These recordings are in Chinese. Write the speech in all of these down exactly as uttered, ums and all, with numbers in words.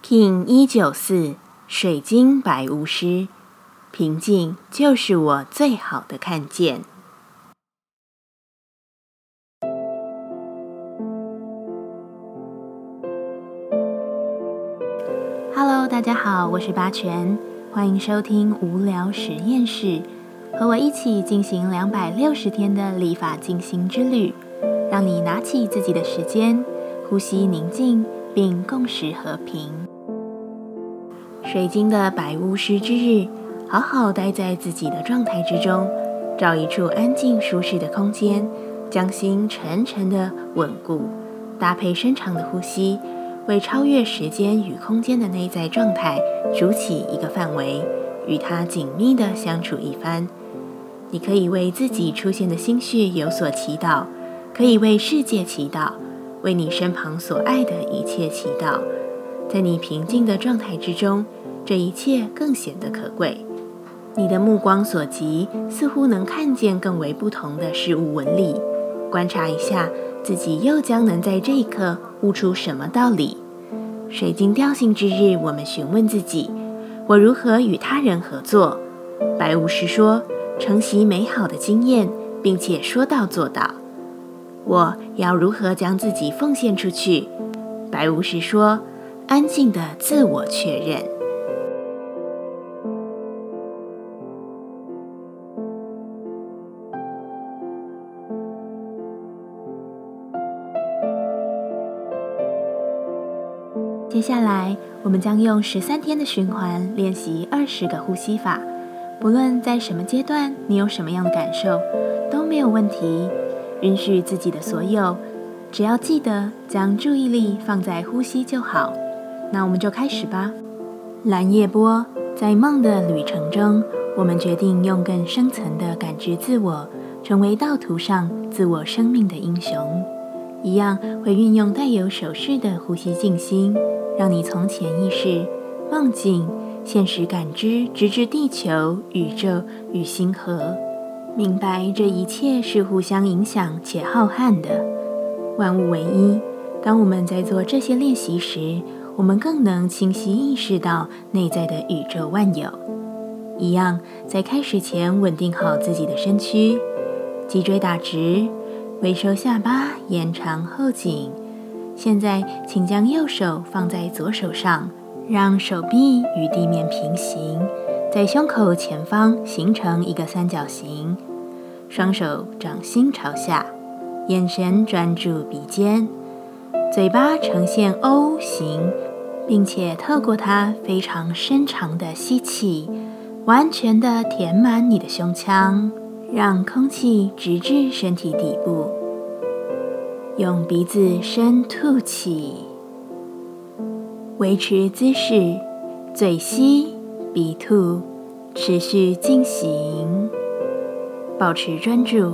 King 一九四水晶白巫师，平静就是我最好的看见。Hello， 大家好，我是八全，欢迎收听无聊实验室，和我一起进行两百六十天的立法进行之旅，让你拿起自己的时间，呼吸宁静，并共识和平。水晶的白巫师之日，好好待在自己的状态之中，找一处安静舒适的空间，将心沉沉的稳固，搭配深长的呼吸，为超越时间与空间的内在状态筑起一个范围，与它紧密的相处一番。你可以为自己出现的心绪有所祈祷，可以为世界祈祷，为你身旁所爱的一切祈祷。在你平静的状态之中，这一切更显得可贵。你的目光所及，似乎能看见更为不同的事物纹理。观察一下，自己又将能在这一刻悟出什么道理？水晶调性之日，我们询问自己：我如何与他人合作？白巫师说：承袭美好的经验，并且说到做到。我要如何将自己奉献出去？白巫师说：安静的自我确认。接下来，我们将用十三天的循环练习二十个呼吸法。不论在什么阶段，你有什么样的感受，都没有问题。允许自己的所有，只要记得将注意力放在呼吸就好。那我们就开始吧。蓝夜波，在梦的旅程中，我们决定用更深层的感知自我，成为道途上自我生命的英雄。一样会运用带有手势的呼吸静心，让你从潜意识、梦境、现实感知，直至地球、宇宙与星河，明白这一切是互相影响且浩瀚的，万物为一。当我们在做这些练习时，我们更能清晰意识到内在的宇宙万有。一样，在开始前稳定好自己的身躯，脊椎打直，微收下巴，延长后颈。现在请将右手放在左手上，让手臂与地面平行，在胸口前方形成一个三角形，双手掌心朝下，眼神专注鼻尖，嘴巴呈现 O 型，并且透过它非常深长的吸气，完全的填满你的胸腔，让空气直至身体底部。用鼻子深吐气，维持姿势，嘴吸鼻吐，持续进行，保持专注。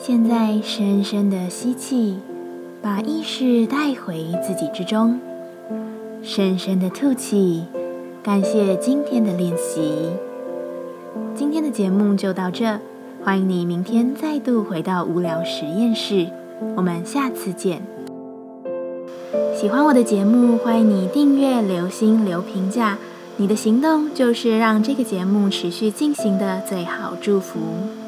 现在深深的吸气，把意识带回自己之中，深深的吐气，感谢今天的练习。今天的节目就到这，欢迎你明天再度回到无聊实验室，我们下次见。喜欢我的节目，欢迎你订阅、留心、留评价，你的行动就是让这个节目持续进行的最好祝福。